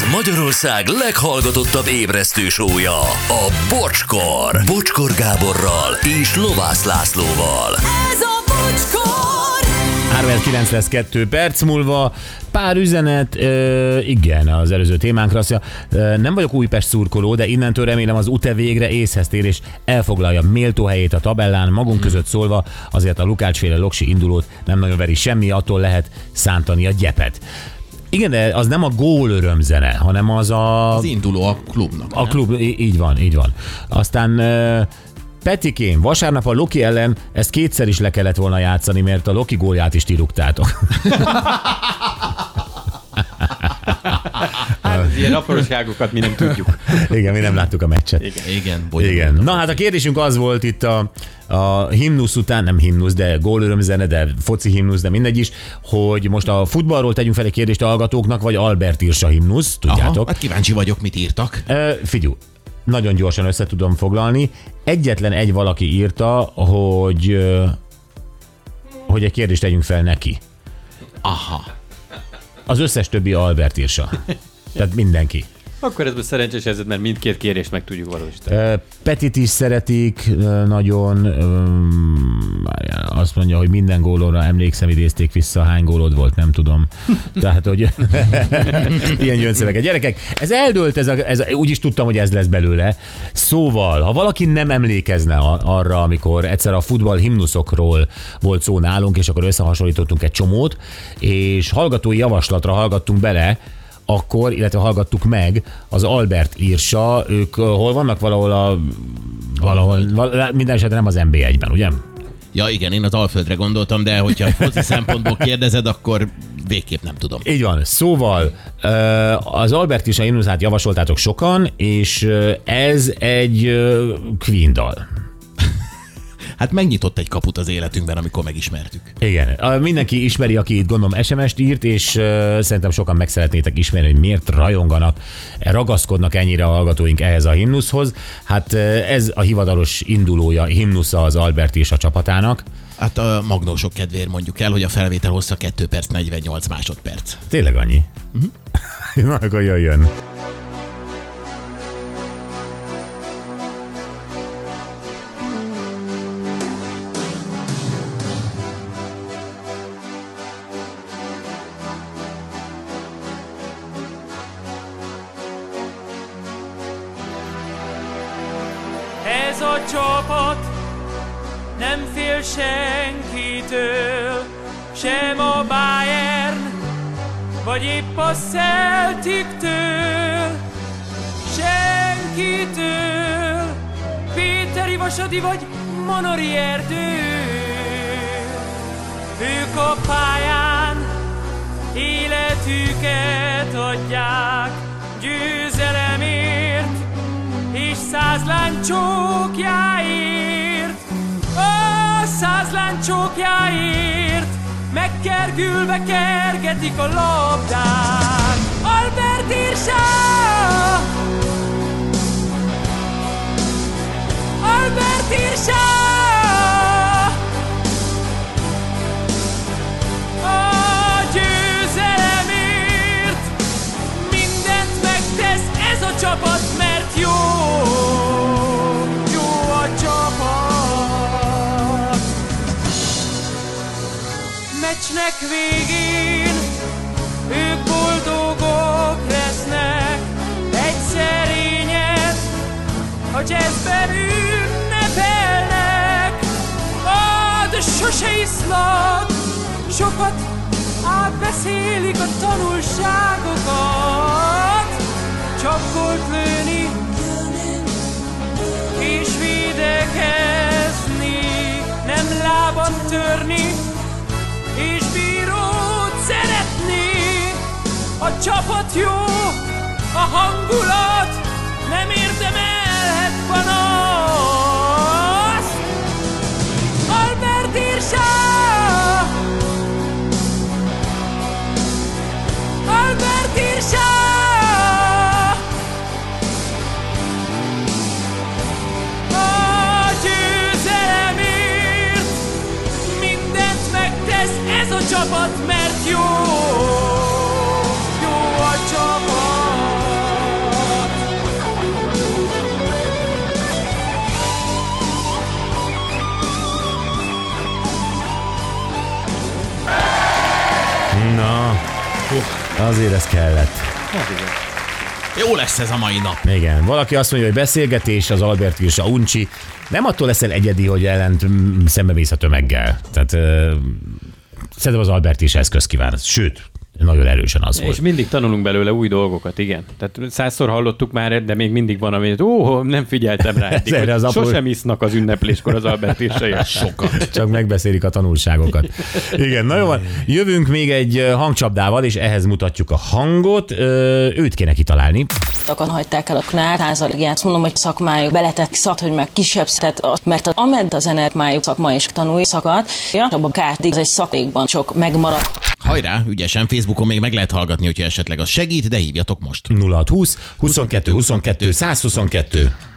Ez Magyarország leghallgatottabb ébresztő show-ja, a Bocskor. Bocskor Gáborral és Lovász Lászlóval. Ez a Bocskor! 3-9 lesz 2 perc múlva. Pár üzenet, igen, az előző témánkra. Azt mondja, nem vagyok Újpest szurkoló, de innentől remélem az UTE végre észhez tér és elfoglalja méltó helyét a tabellán. Magunk között szólva, azért a Lukács-féle Loksi indulót nem nagyon veri semmi, attól lehet szántani a gyepet. Igen, de az nem a gól örömzene, hanem az induló a klubnak. A klub, így van. Aztán Petikém, vasárnap a Loki ellen ezt kétszer is le kellett volna játszani, mert a Loki gólját is ti rúgtátok. Hát, ilyen apróságokat mi nem tudjuk. Igen, mi nem láttuk a meccset. Igen. Na hát a kérdésünk az volt itt a himnusz után, nem himnusz, de gólörömzene, de foci himnusz, de mindegy is, hogy most a futballról tegyünk fel egy kérdést a hallgatóknak, vagy Albert Írsa himnusz, tudjátok? Aha, hát kíváncsi vagyok, mit írtak. Figyelj, nagyon gyorsan össze tudom foglalni. Egyetlen egy valaki írta, hogy egy kérdést tegyünk fel neki. Aha. Az összes többi Albert Írsa. Tehát mindenki. Akkor ez szerencsés helyzet, mert mindkét kérést meg tudjuk valósítani. Petit is szeretik nagyon. Azt mondja, hogy minden gólóra emlékszem, idézték vissza, hány gólod volt, nem tudom. Tehát, hogy ilyen gyöngyszövegek. Gyerekek, ez eldőlt, úgy is tudtam, hogy ez lesz belőle. Szóval, ha valaki nem emlékezne arra, amikor egyszer a futball himnuszokról volt szó nálunk, és akkor összehasonlítottunk egy csomót, és hallgatói javaslatra hallgattunk bele, akkor, illetve hallgattuk meg az Albert Írsa, ők hol vannak? Valahol minden esetre nem az NB1-ben, ugye? Ja igen, én az Alföldre gondoltam, de hogyha foci szempontból kérdezed, akkor végképp nem tudom. Így van. Szóval az Albert Írsa himnuszát javasoltátok sokan, és ez egy Queen dal. Hát megnyitott egy kaput az életünkben, amikor megismertük. Igen. Mindenki ismeri, aki itt gondolom SMS-t írt, és szerintem sokan meg szeretnétek ismerni, hogy miért rajonganak, ragaszkodnak ennyire a hallgatóink ehhez a himnuszhoz. Hát ez a hivatalos indulója, himnusza az Albert Írsa csapatának. Hát a magnósok kedvéért mondjuk el, hogy a felvétel hossza 2 perc 48 másodperc. Tényleg annyi? Na, akkor jöjjön. Ez a csapat nem fél senkitől, sem a Bayern, vagy épp a Celtic-től, senkitől, Péteri Vasadi vagy Monori Erdő. Ők a pályán életüket adják győzelemért, és 100 lánccsókjáért, a 100 lánccsókjáért megkergülve kergetik a labdát. Albert Írsa! Albert Írsa! A győzelemért mindent megtesz ez a csapat, mert jó a csapat. Meccsnek végén ők boldogok lesznek, egy szerényet a jazzben ünnepelnek. De sose isznak, sokat átbeszélik a tanulságokat, csak gólt lőni és védekezni, nem lábat törni és bírót szeretni. A csapat jó, a hangulat nem érdemelhet panaszt. Albert Írsa! Albert Írsa! Csapat, mert jó a csapat. Azért ez kellett. Jó lesz ez a mai nap. Igen, valaki azt mondja, hogy beszélgetés, az Albert és a uncsi. Nem attól leszel egyedi, hogy ellent szembemész a tömeggel. Tehát szerintem az Albert is eszköz kíván. Sőt, nagyon erősen az volt. És mindig tanulunk belőle új dolgokat, igen. Tehát 100-szor hallottuk már, de még mindig van, amit nem figyeltem rá eddig, hogy az sosem isznak az ünnepléskor az Albert és Sokat. Csak megbeszélik a tanulságokat. Igen, na jó van. Jövünk még egy hangcsapdával, és ehhez mutatjuk a hangot. Őt kéne kitalálni. Sokan hagyták el a knár százalékját. Azt mondom, hogy szakmájuk beletett szak, hogy meg kisebb szetet, mert amedd a zenemájuk szakma és tanulj szakat, abban kártig, az egy szakvékban csak megmaradt. Hajrá, ügyesen, Facebookon még meg lehet hallgatni, hogyha esetleg az segít, de hívjatok most. 0620 22 22 122.